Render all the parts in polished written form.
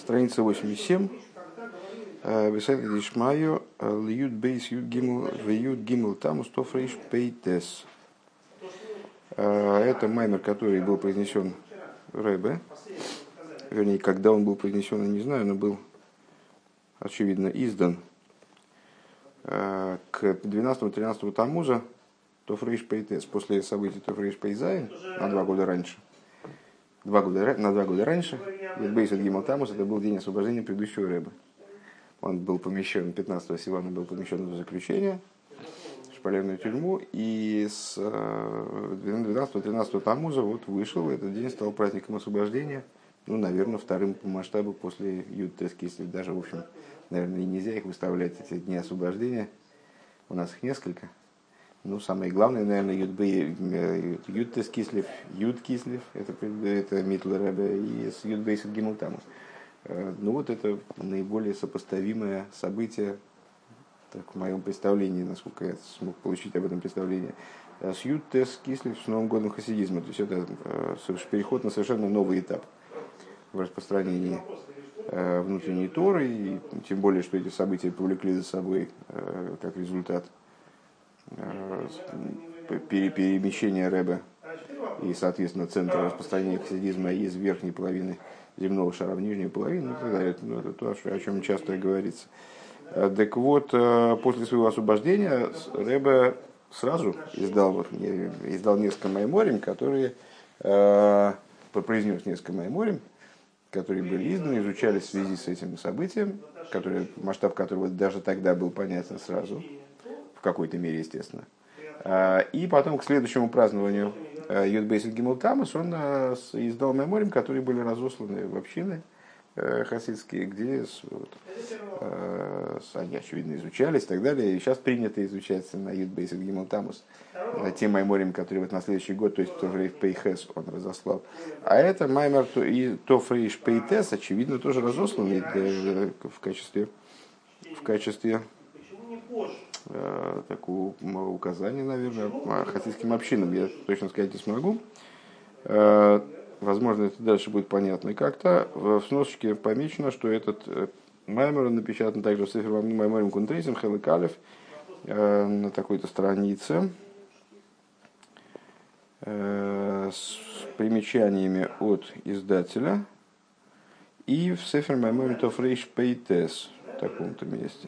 Страница 87. Бесайд Дишмайо, Льют Бейс Ют Гимл, Вьют Гимл Тамус Тофрейш Пейтес. Это маймер, который был произнесен Ребе. Вернее, когда он был произнесен, я не знаю, но был, очевидно, издан к 12-13 Тамуза Тофрейш Пейтес, после событий Тофрейш Пейзайн, на 2 года раньше. На 2 года раньше, Бейс Ют Гимл Тамус, это был день освобождения предыдущего Ребе. Он был помещен, 15-го Сивана был помещен в заключение, в шпалерную тюрьму, и с 12-13 Тамуза вот вышел, этот день стал праздником освобождения, ну, наверное, вторым по масштабу после Ют-Тес Кислев. Даже, в общем, наверное, и нельзя их выставлять, эти дни освобождения, у нас их несколько. Ну, самое главное, наверное, Ют-Тес Кислев, Ют-Кислев, это Митл Ребе, и с Ют-Бейс Ют Гимл Тамус. Ну вот это наиболее сопоставимое событие, так, в моем представлении, насколько я смог получить об этом представление, с Ют-Тес Кислев, с Новым годом хасидизма. То есть это переход на совершенно новый этап в распространении внутренней Торы, и тем более, что эти события повлекли за собой как результат перемещения Ребе и, соответственно, центра распространения хасидизма из верхней половины земного шара в нижнюю половину, и так далее. Ну, это то, о чем часто говорится. Так вот, после своего освобождения Ребе сразу издал несколько майморим, которые произнес несколько майморим, которые были изданы, изучались в связи с этим событием, масштаб которого даже тогда был понятен сразу, в какой-то мере, естественно. И потом к следующему празднованию Ют-Бейс Ют Гимл Тамус он издал мемориум, которые были разосланы в общины хасидские, где они, очевидно, изучались и так далее. И сейчас принято изучать на Ют-Бейс Ют Гимл Тамус те мемориум, которые вот на следующий год, то есть тоже в Пейхес он разослал. А это маймер и Тофрейш Пейтес, очевидно, тоже разосланный в качестве такого указания, наверное, хасидским общинам. Я точно сказать не смогу. Возможно, это дальше будет понятно как-то. В сносочке помечено, что этот маймер напечатан также в Сефер Майморим Кунтрейсим Хелек Алеф на такой-то странице с примечаниями от издателя и в Сефер Майморим Тофрейш Пейтес в таком-то месте.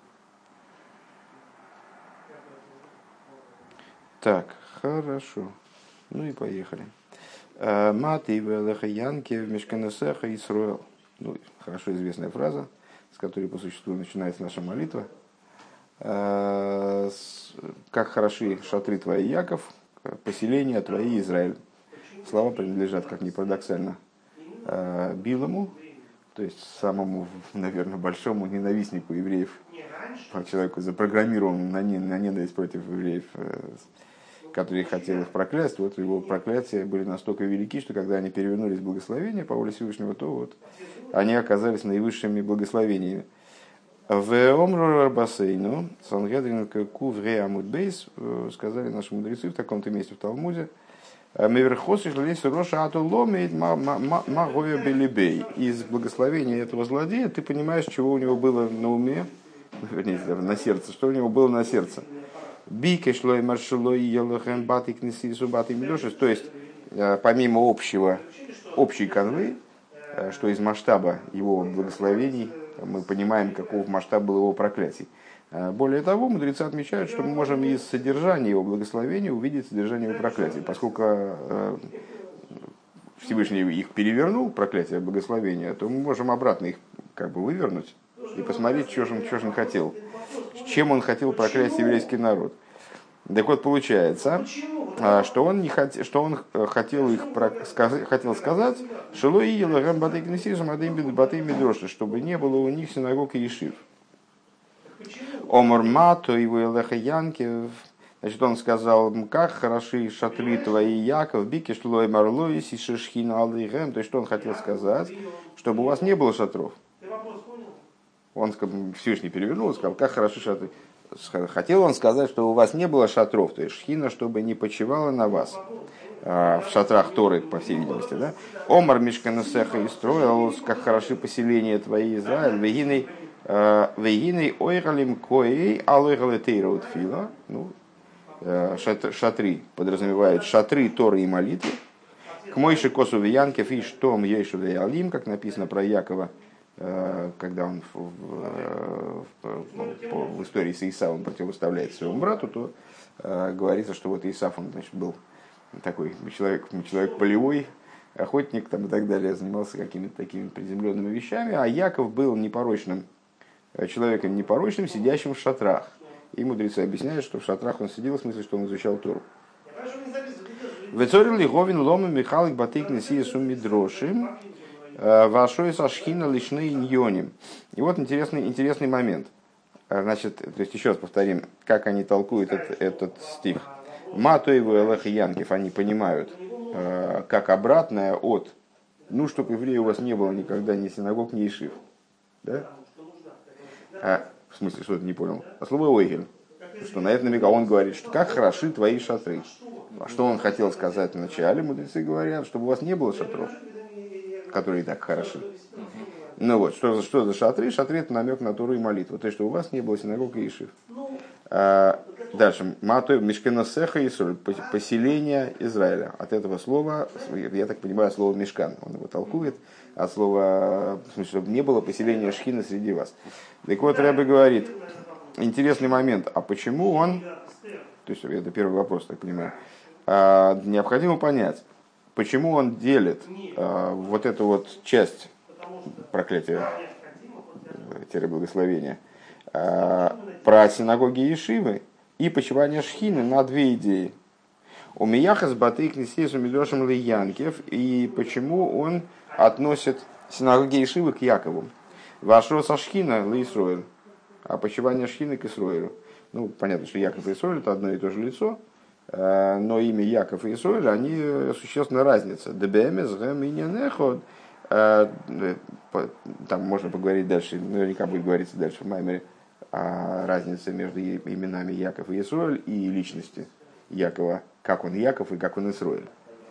Так, хорошо. Ну и поехали. Маты велахаянки в мешканесеха Исруэл. Ну, хорошо известная фраза, с которой по существу начинается наша молитва. Как хороши шатры твои, Яков, поселения твои, Израиль. Слова принадлежат, как ни парадоксально, Билому, то есть самому, наверное, большому ненавистнику евреев, человеку запрограммированному на ненависть против евреев, который хотел их проклясть. Вот его проклятия были настолько велики, что когда они перевернулись в благословение по воле Всевышнего, то вот они оказались наивысшими благословениями. В Омру Басейну, Сангедрин Кувре Амудбейс, сказали наши мудрецы в таком-то месте в Талмуде, Меверхосиш лес роша ату ломеет магоя белибей. Из благословения этого злодея ты понимаешь, чего у него было на уме, вернее, на сердце, что у него было на сердце. Бикешлой маршалой елохем батик несису батик мидошис. То есть, помимо общей канвы, что из масштаба его благословений мы понимаем, каков масштаб был его проклятий. Более того, мудрецы отмечают, что мы можем из содержания его благословения увидеть содержание его проклятий, поскольку Всевышний их перевернул, проклятие благословения, то мы можем обратно их как бы вывернуть и посмотреть, что же он хотел, чем он хотел проклясть еврейский народ. Так вот, получается, что он хотел сказать, чтобы не было у них синагог и ешив. Омар Мато его Элеха Янкев. Значит, он сказал, как хороши шатры твои, Яков, бики шлой марлоис и шишхина алейхем. То есть, что он хотел сказать, чтобы у вас не было шатров. Он Всевышний перевернул и сказал, как хороши шатры. Хотел он сказать, что у вас не было шатров, то есть шхина, чтобы не почивала на вас. в шатрах Торы, по всей видимости, да? Омар Мишканесеха и строил, как хороши поселения твои, Израиль, вегиной ойгалим коей алойгале тейра фила. Ну, шатры подразумевают шатры Торы и молитвы. К Мойше косу виянкев и штом ейшу алим, как написано про Якова, когда он в истории с Исавом противоставляет своему брату, то говорится, что вот Исав, он, значит, был такой человек полевой, охотник там, и так далее, занимался какими-то такими приземленными вещами, а Яков был непорочным человеком, непорочным, сидящим в шатрах. И мудрецы объясняют, что в шатрах он сидел, в смысле, что он изучал Тору. Вецорил Говин лома Михалик Батык Несиесу Мидрошим Вашой Сашхина Лишны Ньоним. И вот интересный момент. Значит, то есть еще раз повторим, как они толкуют этот стих. Матоеву Элех и Янкев, они понимают, как обратное от, ну, чтобы евреи у вас не было никогда ни синагог, ни ешив. Да? В смысле, что ты не понял? А слово ойгель. Что на это намекал, он говорит, что как хороши твои шатры. А что он хотел сказать вначале, мудрецы говорят, чтобы у вас не было шатров, которые и так хороши. Ну вот, что за шатры? Шатры — это намек на Тору и молитву. То есть, что у вас не было синагог и ешив. Дальше. Матой Мишканесеха Исраиль. Поселение Израиля. От этого слова, я так понимаю, слово Мишкан. Он его толкует. От слова, в смысле, чтобы не было поселения Шхины среди вас. Так вот, Ребе говорит, интересный момент. А почему он... То есть, это первый вопрос, так понимаю. Необходимо понять, почему он делит вот эту вот часть проклятия, благословения, про синагоги и ешивы и почивание Шхины на две идеи. У Мияхас Батык Несиесу Мидрошем Лиянкев, и почему он относит синагоги и ешивы к Якову. Вашо со Шхина Лисроэль, а почивание Шхины к Исроэлю. Ну, понятно, что Яков и Исроэль — это одно и то же лицо, но имя Яков и Исроэль, они существенно разнятся. Дебемес, гэм и ненеход. Там можно поговорить дальше, наверняка будет говориться дальше в Маймере о разнице между именами Яков и Исроэль и личности Якова, как он Яков и как он Исроэль.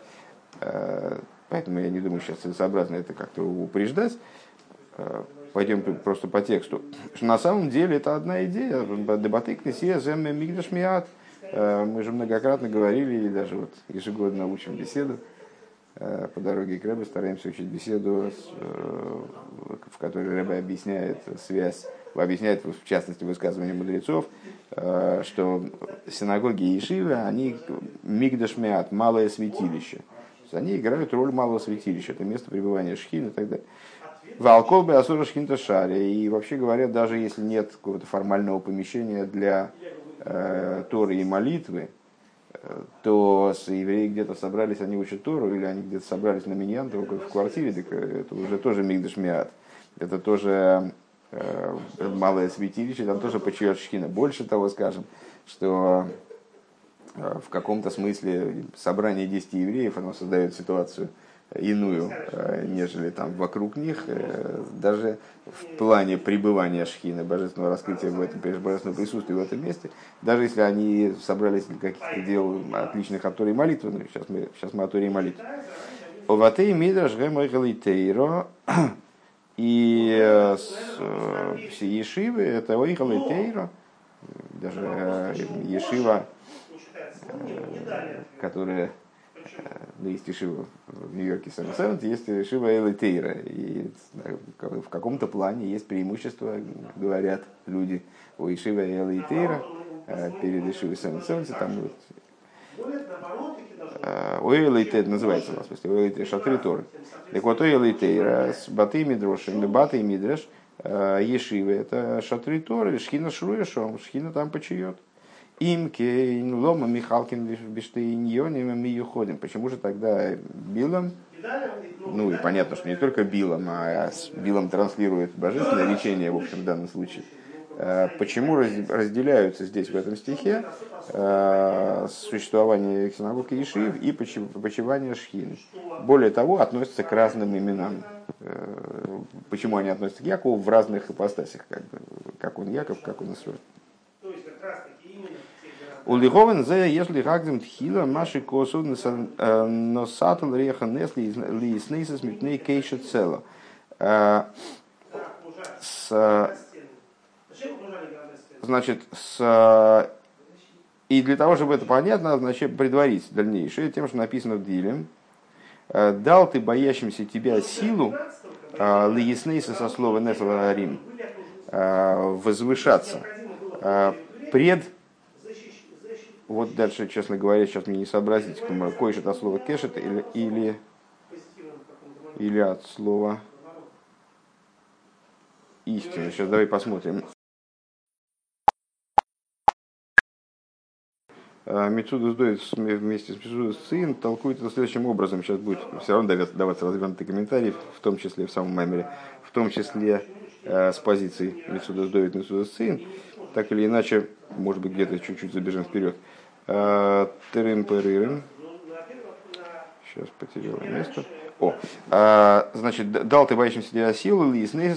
Поэтому я не думаю, сейчас целесообразно это как-то упреждать. Пойдем просто по тексту. Что на самом деле это одна идея. Дебатык несия зэмэ мигдаш миат. Мы же многократно говорили, и даже вот ежегодно учим беседу. По дороге к Ребе стараемся учить беседу, в которой Ребе объясняет связь, объясняет в частности высказывания мудрецов, что синагоги и ешивы, они мигдаш миат, малое святилище. Они играют роль малого святилища, это место пребывания шхин и так далее. Валколбе асура шхинта шаре. И вообще говорят, даже если нет какого-то формального помещения для Торы и молитвы, то евреи где-то собрались, они учат Тору, или они где-то собрались на миньян, только в квартире, так это уже тоже мигдаш миат. Это тоже малое святилище, там тоже почиет шхина. Больше того скажем, что в каком-то смысле собрание 10 евреев, оно создает ситуацию иную, нежели там вокруг них, даже в плане пребывания шхины, божественного раскрытия в этом, божественного присутствия в этом месте, даже если они собрались для каких-то дел отличных от Торы и молитвы, ну, сейчас мы о Торе и молитве. Оватей мидраш гэмэйгалитейро, и ешивы, это ойгалитейро, даже ешива, которая... Ну, есть ешива в Нью-Йорке Севен, есть ешива Элитейра. И в каком-то плане есть преимущество, говорят люди, у ешива Элитейра перед ешивой Севен. Там вот Элитейр называется у нас, в смысле, Элитейр шатры Торы. Так вот, Элитейра с Баты Мидрошем, Баты Мидреш, ешивы, это шатры Торы, Шхина Шруешом, Шхина там почиет. Имке лома Михалкин биштейньоним мы уходим. Почему же тогда Билам, ну и понятно, что не только Билам, а с Билам транслирует божественное речение, в общем, в данном случае. Почему разделяются здесь, в этом стихе, существование синагог и ешив и почивание шхины? Более того, относятся к разным именам. Почему они относятся к Якову в разных ипостасях, как он Яков, как он Исроэль. Улиговен зе, если гагдем тхила, маши косу, носатл реха несли ли снейсес митней кейша цела. Значит, и для того, чтобы это понятно, значит, предварить дальнейшее тем, что написано в Дилем. Дал ты боящимся тебя силу, лиеснейса со слова нефаларим, возвышаться пред. Вот дальше, честно говоря, сейчас мне не сообразить, коишет от слова кешет или от слова истина. Сейчас давай посмотрим. Мецудас Довид вместе с Мецудас Цин толкует это следующим образом. Сейчас будет все равно даваться развернутый комментарий, в том числе в самом маймере, в том числе с позиции Мецудас Довид, Мецудас Цин. Так или иначе, может быть, где-то чуть-чуть забежим вперед. Терим-перирим. Сейчас потерял место. Значит, дал ты боящимся тебя силу,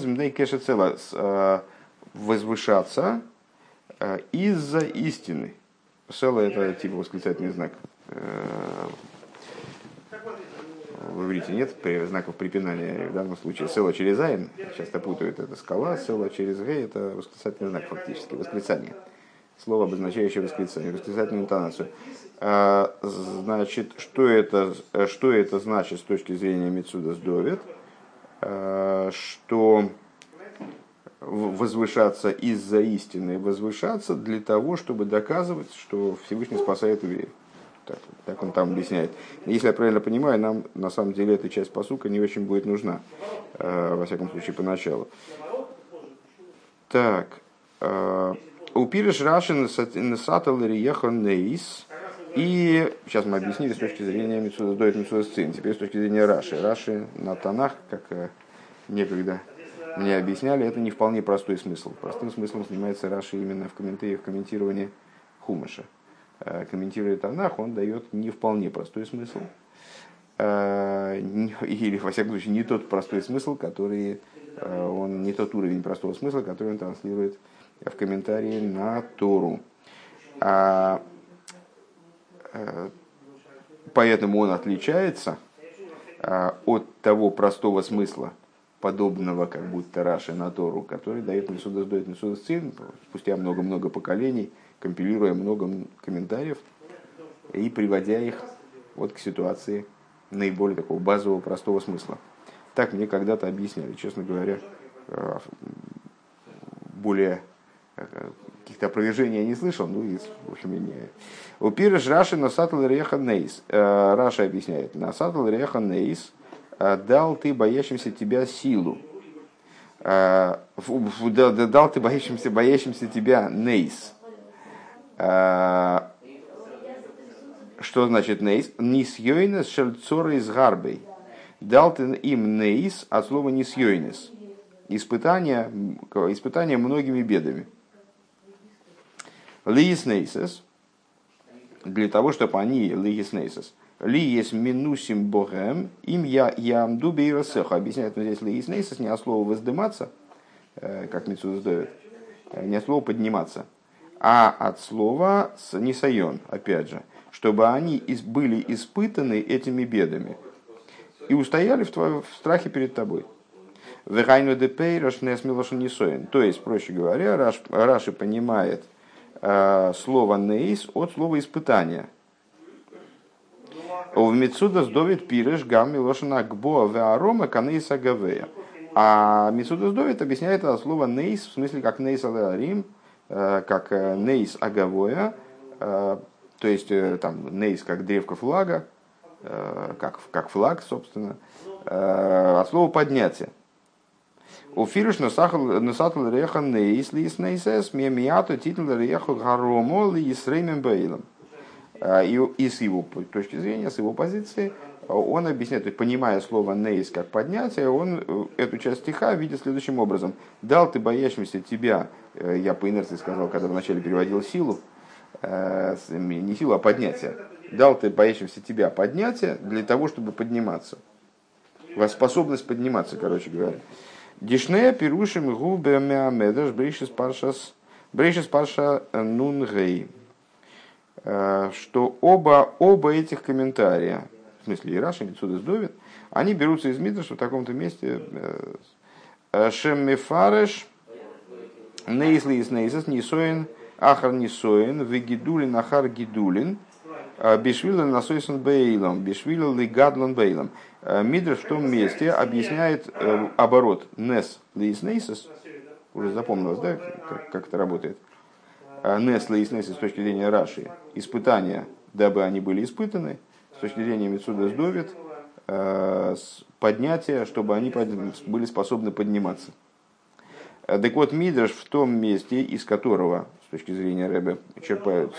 возвышаться из-за истины. Села — это типа восклицательный знак. В иврите нет знаков препинания. В данном случае села через айн, часто путают, это скала, села через г — это восклицательный знак фактически, восклицание. Слово, обозначающее восклицание, восклицательную интонацию. Значит, что это значит с точки зрения Мецудас Довид? Что возвышаться из-за истины, возвышаться для того, чтобы доказывать, что Всевышний спасает евреев. Так он там объясняет. Если я правильно понимаю, нам на самом деле эта часть пасука не очень будет нужна, во всяком случае, поначалу. Так. Упириш Рашин Сатал Риехон Нейс. И сейчас мы объяснили с точки зрения Мецудас Довид, Мецудас Цин. Теперь с точки зрения Раши. Раши на Танах, как некогда мне объясняли, это не вполне простой смысл. Простым смыслом занимается Раши именно в комментировании Хумаша. Комментируя Танах, он дает не вполне простой смысл. Или, во всяком случае, не тот простой смысл, который он, не тот уровень простого смысла, который он транслирует в комментарии на Тору. Поэтому он отличается от того простого смысла, подобного как будто Раши на Тору, который дает Мецудас Довид, Мецудас Цин, спустя много-много поколений, компилируя много комментариев и приводя их вот к ситуации наиболее такого базового простого смысла. Так мне когда-то объясняли, честно говоря, более каких-то опровержений я не слышал, ну и, в общем, и не... Упирыш Раши Насатал Реха Нейс. Раша объясняет, Насатал Реха Нейс, дал ты боящимся тебя силу. Дал ты боящимся тебя Нейс. Что значит Нейс? Нисьёйнес шельцора из гарбей. Дал ты им Нейс от слова Нисьёйнес. Испытание многими бедами. Лиис Нейсес. Для того, чтобы они, Лиис Нейсес, Лиес минусим богем, им я амду бейрасеха. Объясняет, но здесь Лиис Нейсес не от слова воздыматься, как Мецудас Довид, не от слова подниматься, а от слова нисайон, опять же, чтобы они были испытаны этими бедами и устояли в страхе перед тобой. То есть, проще говоря, Раши понимает слово «нейс» от слова «испытание». В Мецудас Довид пиреш гам милошана гбоа веарома канейс агавея. А Мецудас Довид объясняет это слово «нейс» в смысле как «нейс аларим», как «нейс агавоя», то есть там «нейс» как древко флага, как флаг, собственно, от слова «поднятие». У Фириш насатал реха нейс лис нейсес мемиату титул реху гаромо лис реймен бейлом. И с его точки зрения, с его позиции, он объясняет, то есть, понимая слово нейс как поднятие, он эту часть стиха видит следующим образом. Дал ты боящимся тебя, я по инерции сказал, когда вначале переводил силу, не силу, а поднятие. Дал ты боящимся тебя поднятие для того, чтобы подниматься. Способность подниматься, короче говоря. Дишнея пирушим губе меамедаш брейшис парша нунгей. что оба этих комментария, в смысле и Раши, и Мицудес Довид, они берутся из Мидраша в таком-то месте. Шем мефареш нейсли из нейсес нисоин ахар нисоин вегидулин ахар гидулин бишвилен насойсон бейлом бишвилен ли гадлан бейлом. Мидраш в том месте объясняет оборот нес ли из нейсес. Уже запомнилось, да, как это работает? Нес ли из нейсес с точки зрения Раши. Испытания, дабы они были испытаны. С точки зрения Мицудес Довид, поднятие, чтобы они были способны подниматься. Так вот, Мидраш в том месте, из которого, с точки зрения Ребе, черпают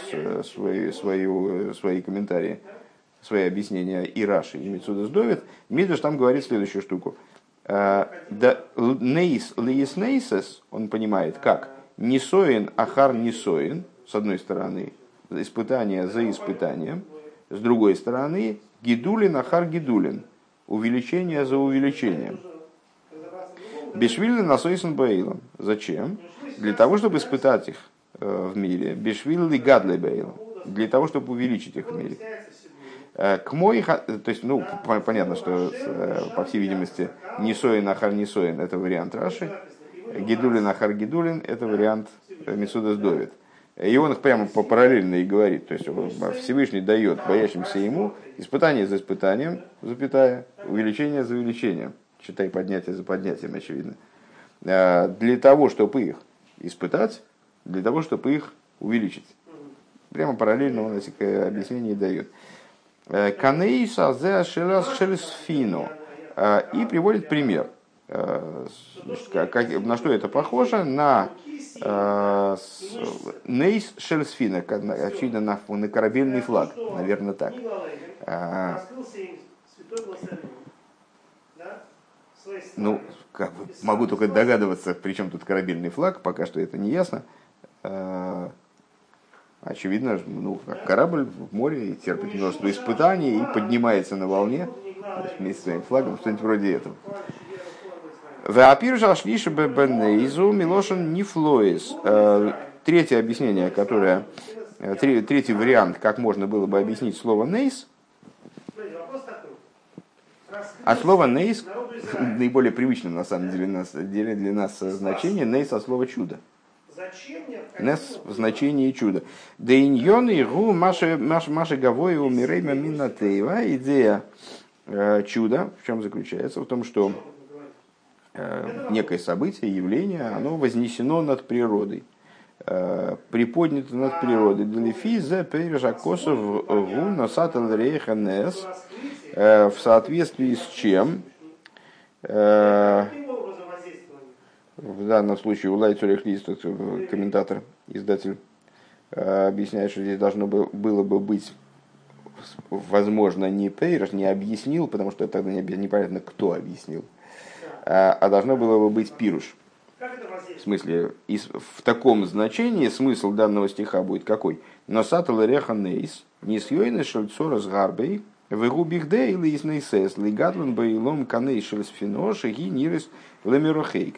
свои комментарии, свои объяснения и Раши, и Мицудес Довид, Мидраш там говорит следующую штуку. Нейс лиес нейсес, он понимает, как нисоин ахар нисоин, с одной стороны, испытание за испытанием, с другой стороны, гидулин ахар гидулин, увеличение за увеличением. Бешвилли насойсон бейлом. Зачем? Для того, чтобы испытать их в мире. Бешвилли гадле бейлом. Для того, чтобы увеличить их в мире. К мой, то есть, ну, понятно, что, по всей видимости, нисоин ахар нисоин — это вариант Раши. Гидулин ахар гидулин — это вариант Мицудес Довид. И он их прямо параллельно и говорит. То есть Всевышний дает боящимся ему испытание за испытанием, запятая, увеличение за увеличением. Считай, поднятие за поднятием, очевидно. Для того, чтобы их испытать, для того, чтобы их увеличить. Прямо параллельно он эти объяснения дает. Канейса зе шелесфино. И приводит пример. На что это похоже? На нейс шелесфина, очевидно, на корабельный флаг, наверное, так. Ну, могу только догадываться, при чем тут корабельный флаг, пока что это не ясно. Очевидно, ну, корабль в море терпит множество испытаний и поднимается на волне вместе с своим флагом, что-нибудь вроде этого. Третье объяснение, которое, третий вариант, как можно было бы объяснить слово «нейс», а слово «нейс» наиболее привычным на самом деле для нас значение «нейс» от слова «чудо». «Нес» в значении «чудо». «Дейньон и гу маши гавой у мирейма минатеева». Идея чуда в чем заключается? В том, что некое событие, явление, оно вознесено над природой, приподнято над природой. В соответствии с чем, в данном случае Улай Цорих Лист, комментатор, издатель, объясняет, что здесь должно было бы быть, возможно, не Пейраш, не объяснил, потому что тогда непонятно, кто объяснил, а должно было бы быть пируш. В смысле, в таком значении смысл данного стиха будет какой? Носатал реха нейс, нисьёйны шельцора с гарбей, вегубихдей лис нейсес, лигатлан бейлом каней шельсфино, шеги нирис лемирохейк.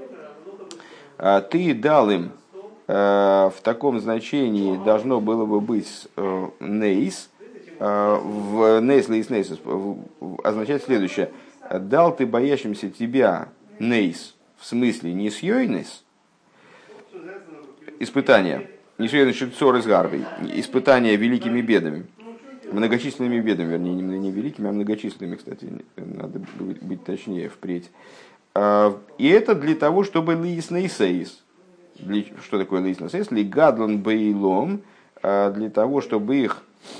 Ты дал им, в таком значении должно было бы быть нейс, в нейс лис нейсес означает следующее. Дал ты боящимся тебя нейс, в смысле нисьёйнес, испытание, нисьёйнес шельцор из гарбей, испытание великими бедами, многочисленными бедами, вернее, не великими, а многочисленными, кстати, надо быть точнее впредь. И это для того, чтобы лис нейсейс. Что такое лис нейсейс? Лигадлан бейлом, для того, чтобы их,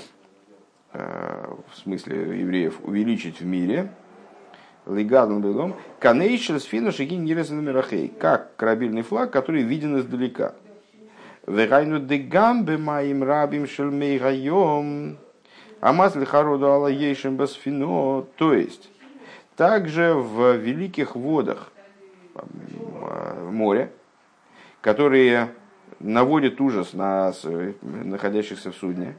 в смысле евреев, увеличить в мире. Лигадлан бейлом. Канейшел сфина шагин нирезен мирахей. Как корабельный флаг, который виден издалека. Верайну дегамбе моим рабим шельмей гайом. Амасли хароду алла ейшем басфино. То есть, также в великих водах моря, которые наводят ужас на находящихся в судне.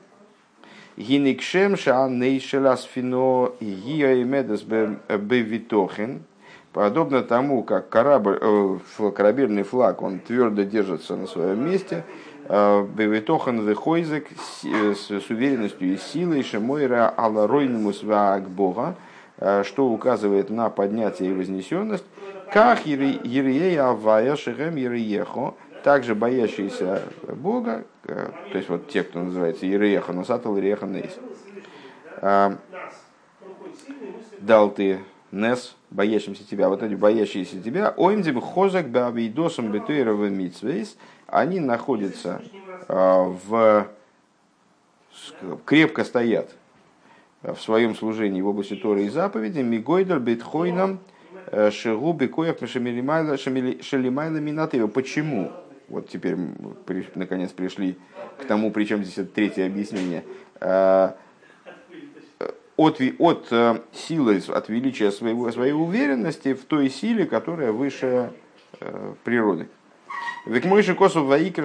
подобно тому, как корабельный флаг, он твердо держится на своем месте, Бевитохан вехойзек с уверенностью и силой Шемойра аларойнмус ваак Бога, что указывает на поднятие и вознесенность, как Ирея Авая Шехем Иреехо, также боящиеся Бога, то есть вот те, кто называется Иреехо, Носатал Иреехо Нейс. Дал ты Нес, боящимся тебя, вот эти боящиеся тебя, Оймдим Хозак Бавидосом Бетуирова Митсвейс, они находятся крепко стоят в своем служении в области Торы и заповеди, Мигойдер Бетхойнам Шигу Бекоях Шелимайла Минатева. Почему? Вот теперь наконец пришли к тому, причем здесь это третье объяснение. От силы, от величия своей уверенности в той силе, которая выше природы. Векмойши косов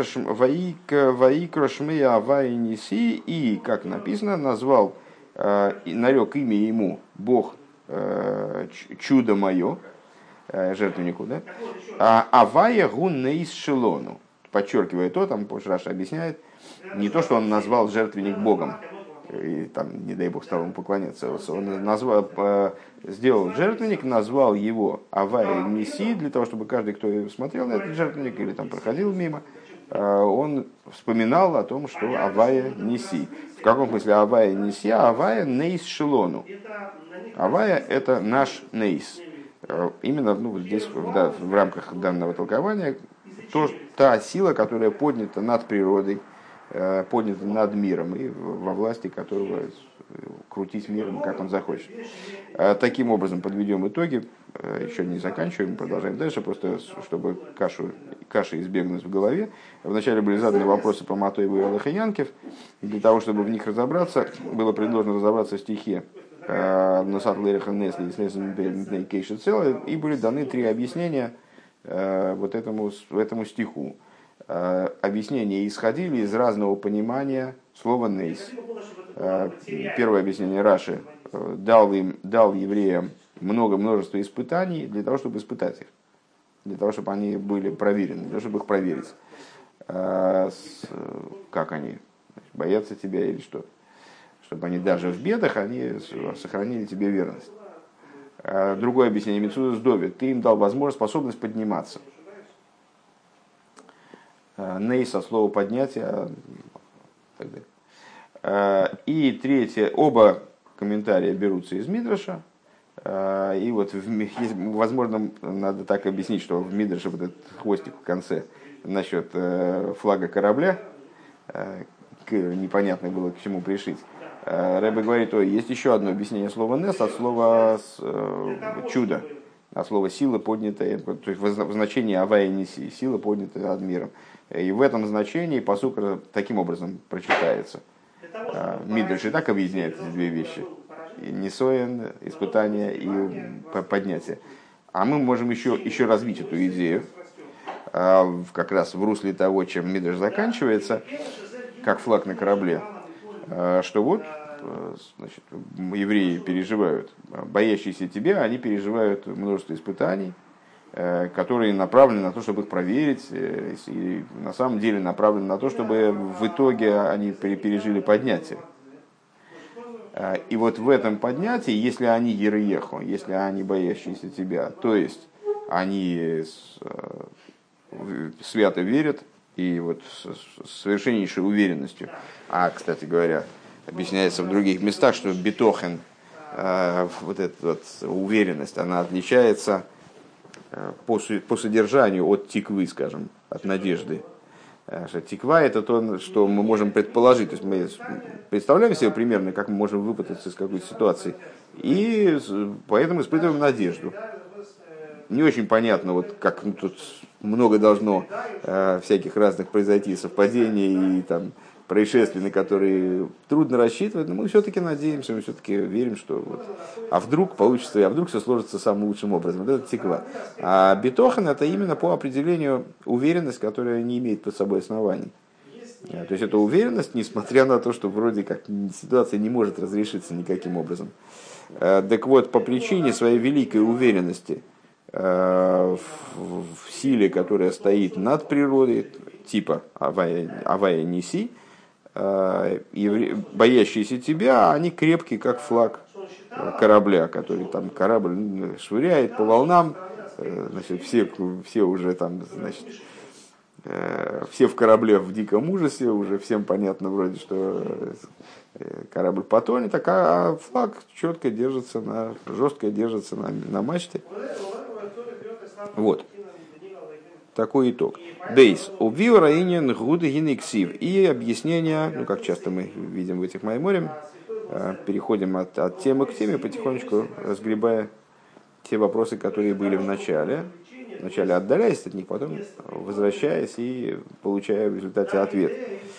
ваикрашмея авайниси, и, как написано, назвал, нарек имя ему Бог чудо мое, жертвеннику, да? Авая гуннейс шелону. Подчеркивая то, там Раша объясняет, не то, что он назвал жертвенник Богом, и там, не дай Бог, стал ему поклоняться. Он сделал жертвенник, назвал его Авая Неси, для того, чтобы каждый, кто смотрел на этот жертвенник или там проходил мимо, он вспоминал о том, что Авая Неси. В каком смысле Авая Неси? Авая Нейс Шелону. Авая – это наш Нейс. Именно здесь, в рамках данного толкования, та сила, которая поднята над природой, поднята над миром и во власти которого крутить миром, как он захочет. Таким образом, подведем итоги, еще не заканчиваем, продолжаем дальше, просто чтобы каши избегнуть в голове. Вначале были заданы вопросы по Матоеву и Алахаянкев. Для того, чтобы в них разобраться, было предложено разобраться в стихе «Носат лереха несли и слезем кейши целое», и были даны три объяснения вот этому стиху. Объяснения исходили из разного понимания слова «нейс». Первое объяснение Раши: дал евреям множество испытаний для того, чтобы испытать их, для того, чтобы они были проверены, для того, чтобы их проверить. Как они боятся тебя или что? Чтобы они даже в бедах они сохранили тебе верность. Другое объяснение Мицудас Дови: ты им дал возможность, способность подниматься. Нейс от слова поднятие. И третье, оба комментария берутся из Мидраша. И вот, возможно, надо так объяснить, что в Мидраше вот этот хвостик в конце насчет флага корабля, непонятно было, к чему пришить. Рэбе говорит, есть еще одно объяснение слова «нес» от слова «чудо», от слова «сила поднятая», то есть в значении «авая неси», сила поднятая над миром. И в этом значении пасук таким образом прочитается. Мидраш и так объединяет эти две вещи: и несоен, испытание, и поднятие. А мы можем еще развить эту идею, как раз в русле того, чем Мидраш заканчивается, как флаг на корабле, что вот, значит, евреи переживают, боящиеся тебя, они переживают множество испытаний, которые направлены на то, чтобы их проверить, и на самом деле направлены на то, чтобы в итоге они пережили поднятие. И вот в этом поднятии, если они ереехо, если они боящиеся тебя, то есть они свято верят и вот с совершеннейшей уверенностью. А, кстати говоря, объясняется в других местах, что битохен, вот эта вот уверенность, она отличается по содержанию от тиквы, скажем, от надежды. Тиква — это то, что мы можем предположить. То есть мы представляем себе примерно, как мы можем выпутаться из какой-то ситуации, и поэтому испытываем надежду. Не очень понятно, вот как тут много должно всяких разных произойти совпадений и там происшествий, на которые трудно рассчитывать, но мы все-таки надеемся, мы все-таки верим, что вот, а вдруг получится, а вдруг все сложится самым лучшим образом. Вот это тиква. А битохан — это именно по определению уверенность, которая не имеет под собой оснований. То есть это уверенность, несмотря на то, что вроде как ситуация не может разрешиться никаким образом. Так вот, по причине своей великой уверенности в силе, которая стоит над природой, типа Авая Ниси, боящиеся тебя, они крепкие, как флаг корабля, который там корабль швыряет по волнам, значит, все уже там, значит, все в корабле в диком ужасе, уже всем понятно вроде, что корабль потонет, а флаг четко держится, жестко держится на мачте. Вот. Такой итог. Бейс. Убил раинен гуды гинексив. И объяснение, ну как часто мы видим в этих майморем, переходим от темы к теме, потихонечку разгребая те вопросы, которые были в начале. Вначале отдаляясь от них, потом возвращаясь и получая в результате ответ.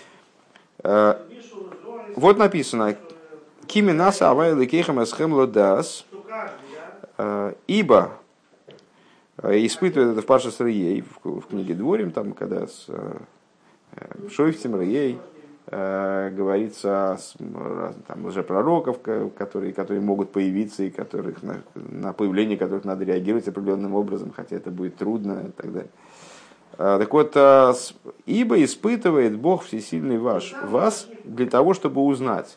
Вот написано: Киминаса авай лекейхам эсхэм лодас. Ибо испытывает это в Паршас Реей, в книге Дворим, там, когда с Шойфтем Реей говорится о лжепророков, которые могут появиться, и на появление которых надо реагировать определенным образом, хотя это будет трудно и так далее. Так вот, ибо испытывает Бог Всесильный вас для того, чтобы узнать.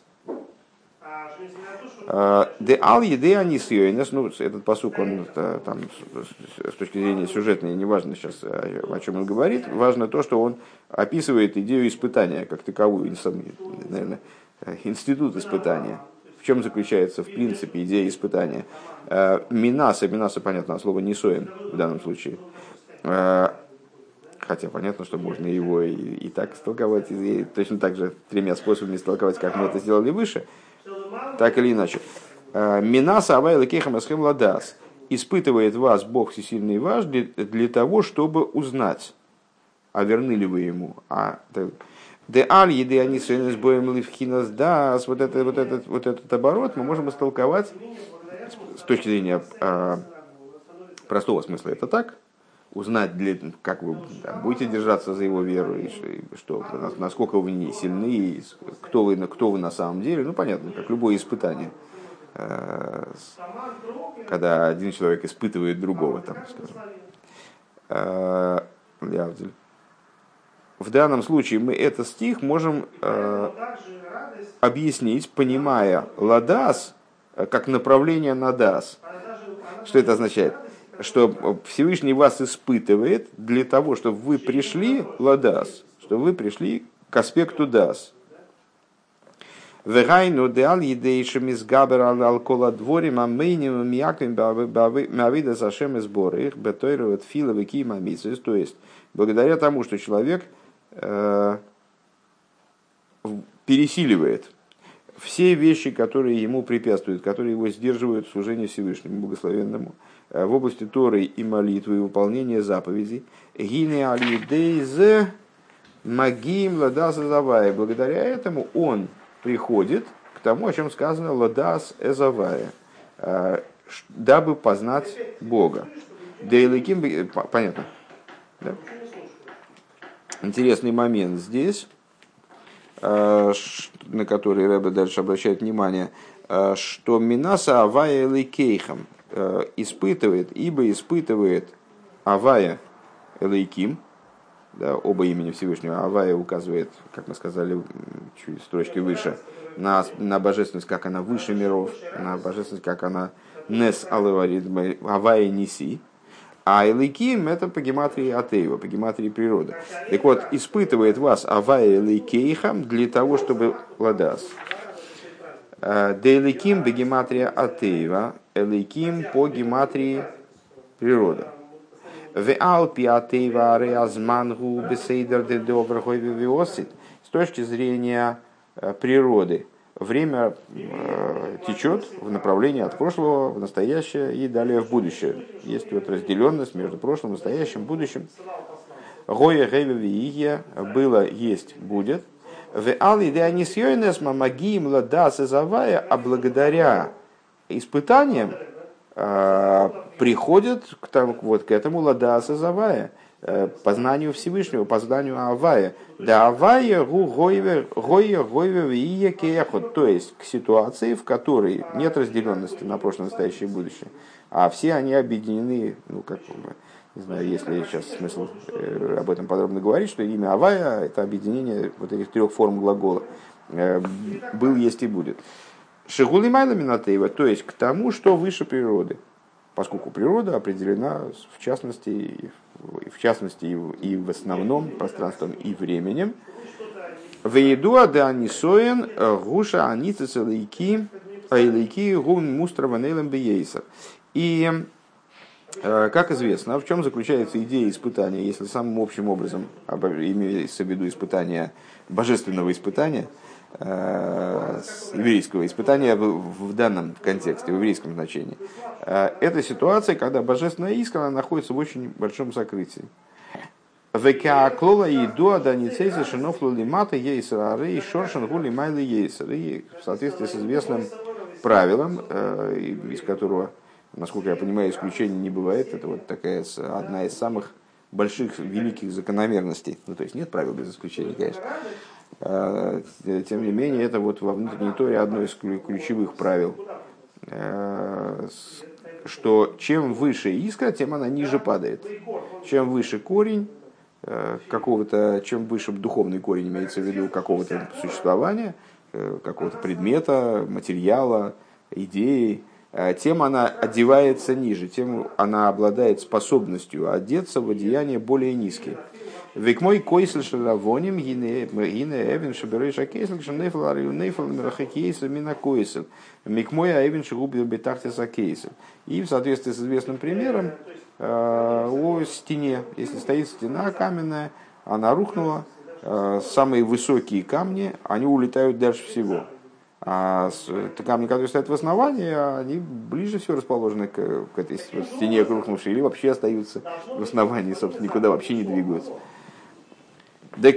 Де ал еды анисьёйнес, ну, этот пасук, он там, с точки зрения сюжетной, не важно сейчас, о чем он говорит, важно то, что он описывает идею испытания как таковую, наверное, институт испытания. В чем заключается, в принципе, идея испытания? Минаса, понятно, слово нисоин в данном случае. Хотя понятно, что можно его и так истолковать, и точно так же тремя способами истолковать, как мы это сделали выше. Так или иначе. Минаса авай лекейхам эсхэм ладас. Испытывает вас Бог Всесильный ваш для того, чтобы узнать, а верны ли вы ему. Де аль еды они с боем ливхинас дас. Вот этот оборот мы можем истолковать с точки зрения простого смысла. Это так. Узнать, как вы будете держаться за его веру, и что, насколько вы не сильны, и кто вы на самом деле. Ну, понятно, как любое испытание. Когда один человек испытывает другого, там, скажем. В данном случае мы этот стих можем объяснить, понимая ладас как направление на дас. Что это означает? Что Всевышний вас испытывает для того, чтобы вы пришли ладас, чтобы вы пришли к аспекту дас. Вегайну деал едейшим из габер ал кола дворим амейним мяким мавида сашем из боры их бетойру филовы кима мисус. То есть благодаря тому, что человек пересиливает все вещи, которые ему препятствуют, которые его сдерживают в служении Всевышнему, Благословенному, в области Торы и молитвы и выполнения заповедей. Гине алидейзе магим ладас эзавая. Благодаря этому он приходит к тому, о чем сказано ладас эзавая, дабы познать Бога. Дейликим, понятно? Да? Интересный момент здесь, на который Ребе дальше обращает внимание, что Минаса Авая Элейкейхам испытывает Авая Элейким, да, оба имени Всевышнего. Авая указывает, как мы сказали чуть строчки выше, на божественность, как она выше миров, на божественность, как она Нес Алеварит, Авая Ниси. А Элейким — это по гематрии Атеева, по гематрии природы. Так вот, испытывает вас Авая Элейкейхам для того, чтобы ладас. Де Элейким по гематрии Атеева, Элейким по гематрии природы. В Алпи Атеева Реазмангу Бесейдер де Доброхойви Виосит. С точки зрения природы, время течет в направлении от прошлого в настоящее и далее в будущее. Есть вот разделенность между прошлым, настоящим, будущим. Гоя геве было, есть, будет. В али де анисьёйнес мамагим ладас эзавая, а благодаря испытаниям приходят к этому ладас эзавая, познанию Всевышнего, познанию Авая. Да Авая гойве кеяхот, то есть к ситуации, в которой нет разделенности на прошлое, настоящее и будущее. а все они объединены, ну, как, не знаю, есть ли сейчас смысл об этом подробно говорить, что имя Авая – это объединение вот этих трех форм глагола. Был, есть и будет. Шигули майла минатеева, то есть к тому, что выше природы, поскольку природа определена в частности и в основном пространством и временем. Веедуа да анисоен гуша аницеса лейки гун мустрава нейлем бейсер. И, как известно, в чем заключается идея испытания, если самым общим образом, имеется в виду испытание, божественного испытания, еврейского испытания в данном контексте, в еврейском значении. Это ситуация, когда божественная искра находится в очень большом сокрытии. И в соответствии с известным правилом, из которого, насколько я понимаю, исключений не бывает, это вот такая одна из самых больших, великих закономерностей. Ну, то есть нет правил без исключений, конечно. Тем не менее, это вот во внутренней Торе одно из ключевых правил, что чем выше искра, тем она ниже падает. Чем выше корень какого-то, чем выше духовный корень, имеется в виду какого-то существования, какого-то предмета, материала, идеи, тем она одевается ниже, тем она обладает способностью одеться в одеяния более низкие. Век мой койсель шаравоним гине эвен шаберейша кейсель шанефл арил нефл мирахекейсель мина койсель. Мик мой аевен шагубил бетахтеса кейсель. И в соответствии с известным примером о стене, если стоит стена каменная, она рухнула, самые высокие камни, они улетают дальше всего. А камни, которые стоят в основании, они ближе всего расположены к этой стене рухнувшей, или вообще остаются в основании, собственно, никуда вообще не двигаются. Вот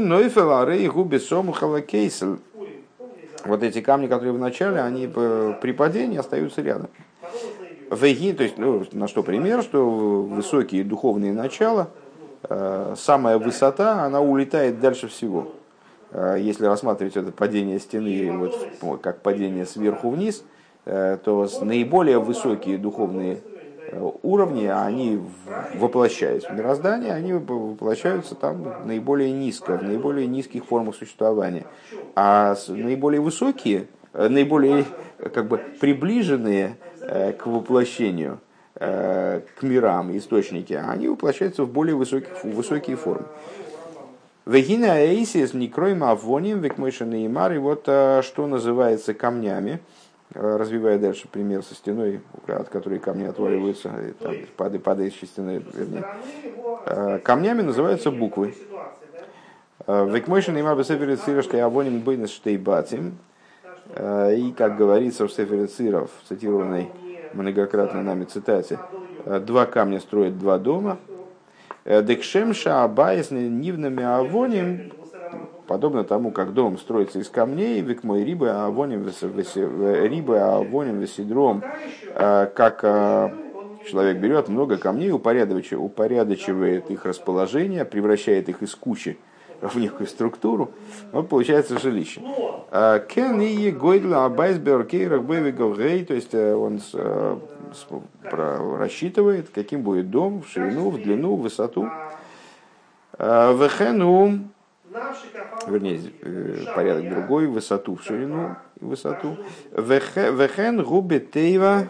эти камни, которые в начале, они при падении остаются рядом. То есть, ну, на что пример, что высокие духовные начала, самая высота, она улетает дальше всего. Если рассматривать это падение стены вот, как падение сверху вниз, то наиболее высокие духовные уровни, они воплощаются в мироздании, они воплощаются там наиболее низко, в наиболее низких формах существования. А наиболее высокие, наиболее как бы приближенные к воплощению, к мирам, источники, они воплощаются в более высокие формы. Вегина аэйсис некроем авоним векмойшаны и мар, и вот что называется камнями, развивая дальше пример со стеной, от которой камни отваливаются, падающей стеной, вернее. Камнями называются буквы. Векмойшаны и мар бесефер цирашкой авоним бейнес штейбатим. И, как говорится в Сефере Циров, цитированной многократно нами цитате, два камня строят два дома. Декшемша абайс нивными авоним, подобно тому, как дом строится из камней, век мой рибы авоним весидром, как человек берет много камней, упорядочивает их расположение, превращает их из кучи в некую структуру, вот получается жилище. Кен и гойдла абайсберкейрах бэвигогэй, то есть он рассчитывает, каким будет дом в ширину, в длину, в высоту. Вэхэну, вернее, порядок другой, высоту в ширину и высоту. Вэхэн губетейва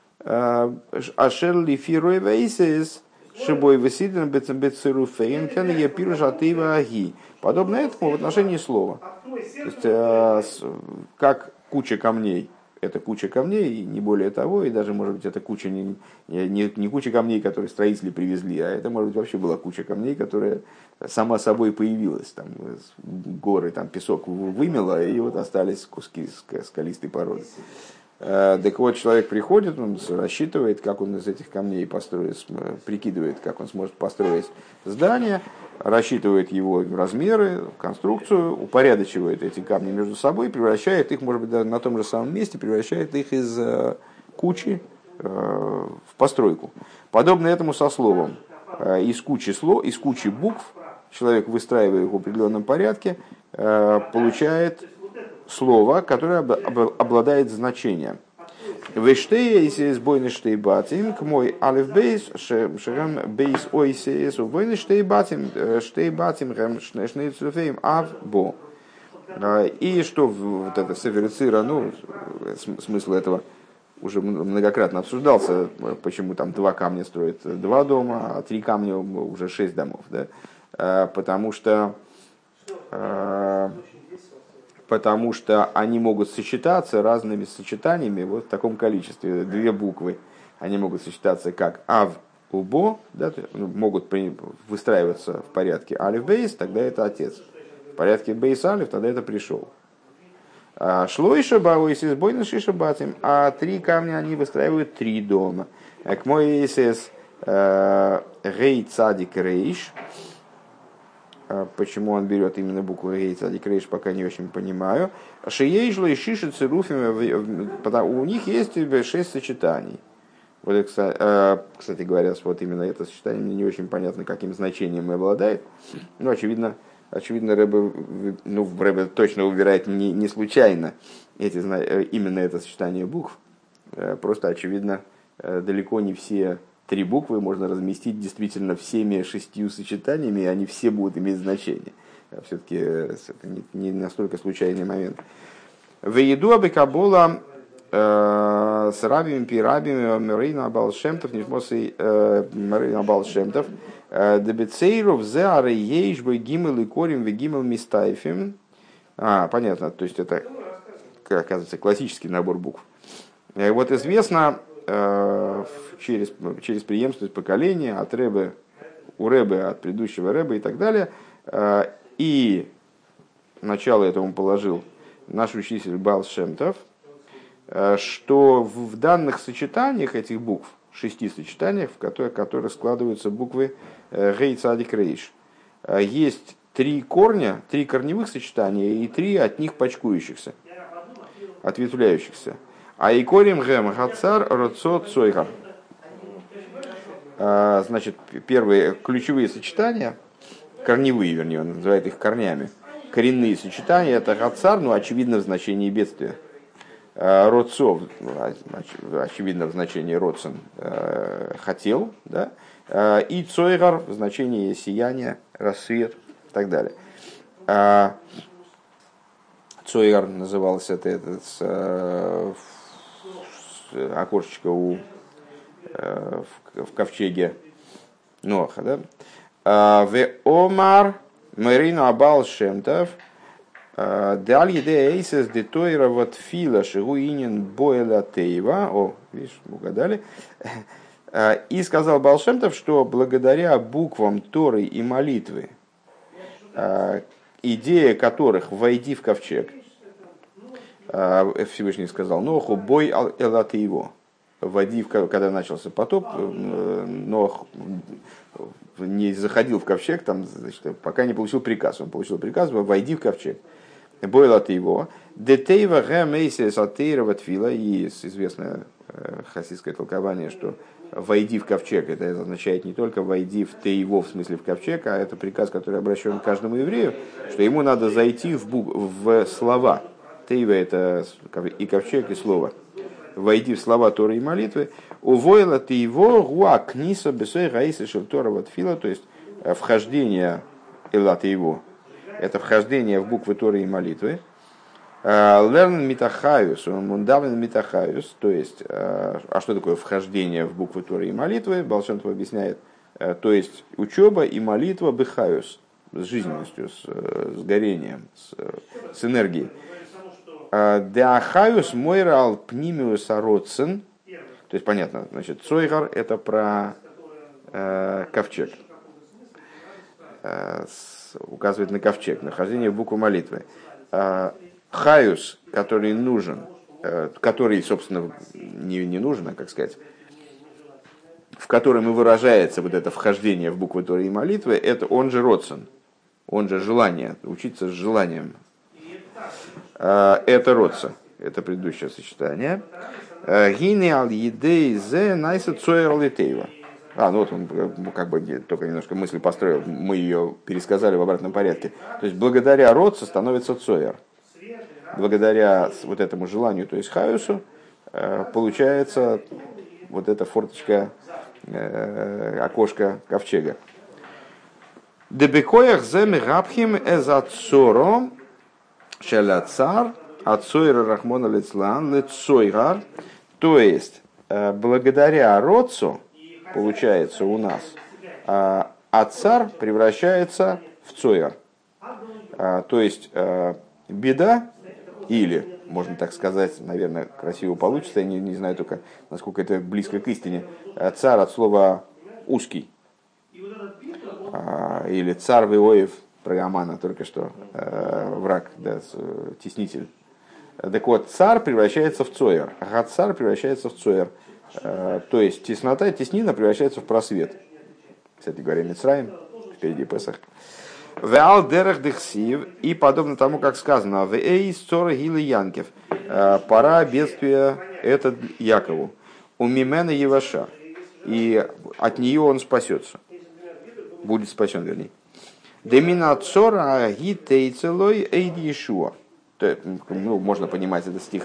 ашер лифируэ вейсис. Шибой высиден бецембецеруфейн кен я пирожатыва аги. Подобно этому в отношении слова. То есть, как куча камней, это куча камней, и не более того, и даже, может быть, это куча не куча камней, которые строители привезли, а это, может быть, вообще была куча камней, которая сама собой появилась. Там, горы, там песок вымело, и вот остались куски скалистой породы. Так вот, человек приходит, он рассчитывает, как он из этих камней построит, прикидывает, как он сможет построить здание, рассчитывает его размеры, конструкцию, упорядочивает эти камни между собой, превращает их, может быть, даже на том же самом месте, превращает их из кучи в постройку. Подобно этому со словом. Из кучи букв человек, выстраивая их в определенном порядке, получает слово, которое обладает значением. Вештея из бойны штейбатим, к мой алиф бейс, шерем бейс ойсес, бойны штейбатим, штейбатим, шнейцуфеем, ав бо. И что вот это северицира, ну, смысл этого уже многократно обсуждался, почему там 2 камня строят 2 дома, а 3 камня уже 6 домов, да? Потому что они могут сочетаться разными сочетаниями вот в таком количестве. 2 буквы, они могут сочетаться как ав, убо, да, могут выстраиваться в порядке алиф бейс, тогда это отец. В порядке бейс алиф, тогда это пришел. Шлойша бауисис бойна шиша батим, а 3 камня они выстраивают 3 дома. К мой исис гей цадик рейш. Почему он берет именно букву гей цадик рейш, пока не очень понимаю. Шиейжла и шиши цируфим, у них есть 6 сочетаний. Вот, кстати говоря, вот именно это сочетание мне не очень понятно, каким значением обладает. Ну, очевидно, Рэбе точно выбирает не случайно именно это сочетание букв. Просто, очевидно, далеко не все 3 буквы можно разместить действительно всеми 6 сочетаниями, и они все будут иметь значение. Все-таки это не настолько случайный момент. Вееду абекабола с рабими, пирабими, Марина Балшемтов, Нижмосы Марина Балшемтов, Дебецейров, Зеары, Ейшбой, Гимел и Корим, Вегимел Мистайфим. Понятно, то есть это, оказывается, классический набор букв. Вот известно через преемственность поколения от Ребе, у Ребе, от предыдущего Ребе и так далее. И начало этому положил наш учитель Баал Шем Тов, что в данных сочетаниях этих букв, 6 сочетаниях, в которые складываются буквы Гей Цадик Рейш, есть 3 корня, 3 корневых сочетания и 3 от них почкующихся, ответвляющихся. А и корим гэм гацар роцо цойгар. Значит, первые ключевые сочетания, корневые, вернее, он называет их корнями. Коренные сочетания — это гацар, ну, очевидно, в значении бедствия. Роцов, очевидно, в значении родсен, хотел, да? И цойгар в значении сияния, рассвет и так далее. Цойгар назывался этот окошечко в ковчеге Ноаха, да? В Омар Марина Абал Шемтов Даль еде эйсес де тойра вот фила шигуинин боэла тейва. О, видишь, угадали. И сказал Баал Шем Тов, что благодаря буквам Торы и молитвы, идея которых «войди в ковчег», Всевышний сказал Ноху «бой элаты его». Когда начался потоп, Нох не заходил в ковчег, там, значит, пока не получил приказ. Он получил приказ «войди в ковчег». Бойлат его. Детейва гэмэйсе сатейрова тфила. И известное хасидское толкование, что «войди в ковчег» это означает не только «войди в тейво», в смысле в ковчег, а это приказ, который обращен к каждому еврею, что ему надо зайти в слова. Тейва — это и ковчег, и слово. «Войди в слова Торы и молитвы». Увойла тейво гуа книса бесой гаисы шельторова тфила. То есть вхождение элата его. Это вхождение в буквы Торы и молитвы. Лерн митахаюс, мундавен митахаюс. То есть, а что такое вхождение в буквы Торы и молитвы? Баал Шем Тов объясняет. То есть, учеба и молитва бехаюс, с жизненностью, с горением, с энергией. Деахаюс мойрал пнимиус ароцен. То есть, понятно, значит, цойгар — это про ковчег. Указывает на ковчег, нахождение в букву молитвы. Хаюс, который нужен, который, собственно, не нужен, а, как сказать, в котором и выражается вот это вхождение в буквы Торы и молитвы, это он же родсен, он же желание, учиться с желанием. Это родса, это предыдущее сочетание. Гини ал едей зе найса цойр литейва. Ну вот он как бы только немножко мысль построил, мы ее пересказали в обратном порядке. То есть благодаря родцу становится цойер. Благодаря вот этому желанию, то есть хаюсу, получается вот эта форточка, окошко ковчега. Дебекоях земи габхим эзацоро шеляцар ацойра рахмона лицлан лицойгар. То есть, благодаря родцу, получается у нас, ацар превращается в цойгар. То есть, беда, или, можно так сказать, наверное, красиво получится, я не знаю только, насколько это близко к истине, цар от слова узкий. Или цар Виоев, про Амана только что, враг, да, теснитель. Так вот, цар превращается в цойер, гацар превращается в цойер. То есть теснота, теснина превращается в просвет. Кстати говоря, Мицраим, впереди Песах. Веал дерах дехсив, и подобно тому, как сказано, веэй сцора гилы янкев, пора бедствия этот Якову, у мимена Еваша, и от нее он спасется, будет спасен, вернее. Демина цора гитейцелой эйд Иешуа. Ну, можно понимать этот стих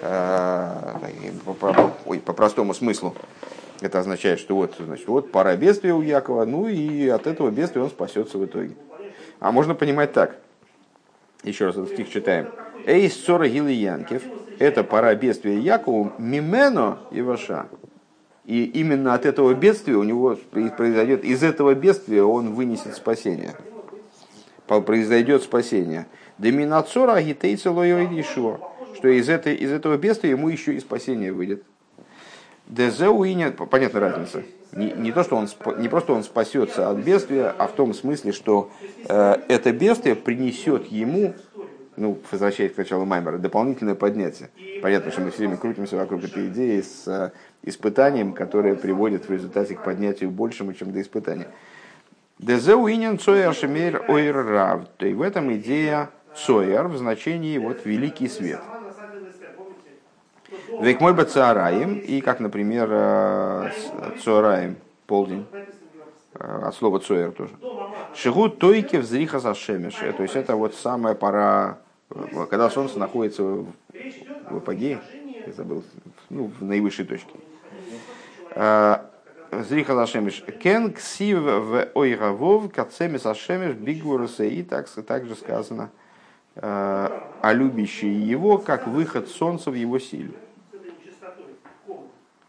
по простому смыслу. Это означает, что вот пора бедствия у Якова, ну и от этого бедствия он спасется в итоге. А можно понимать так. Еще раз этот стих читаем. Эйс цора гилы янкев. Это пора бедствия Якову мимено и ваша. И именно от этого бедствия у него произойдет, из этого бедствия он вынесет спасение. Произойдет спасение. Деминацора агитейца лоёй Иешуа. Что из этого бедствия ему еще и спасение выйдет. Дезеуиня, понятна разница. Не просто он спасется от бедствия, а в том смысле, что это бедствие принесет ему, ну, возвращаясь к началу Маймера, дополнительное поднятие. Понятно, что мы все время крутимся вокруг этой идеи с испытанием, которое приводит в результате к поднятию большему, чем до испытания. Дезеуинен цояр шемейр ойр рав. И в этом идея цояр в значении вот великий свет. Век мой бацаараем, и как, например, цоараем, полдень, от слова цояр тоже. Шигу тойки взриха за шемеш. То есть это вот самая пора, когда солнце находится в апогее, я забыл, ну, в наивысшей точке. Зриха за шемеш. Кен ксив в ойгавов кацеми за шемеш бигвурусе. И также сказано, а любящие его, как выход солнца в его силе.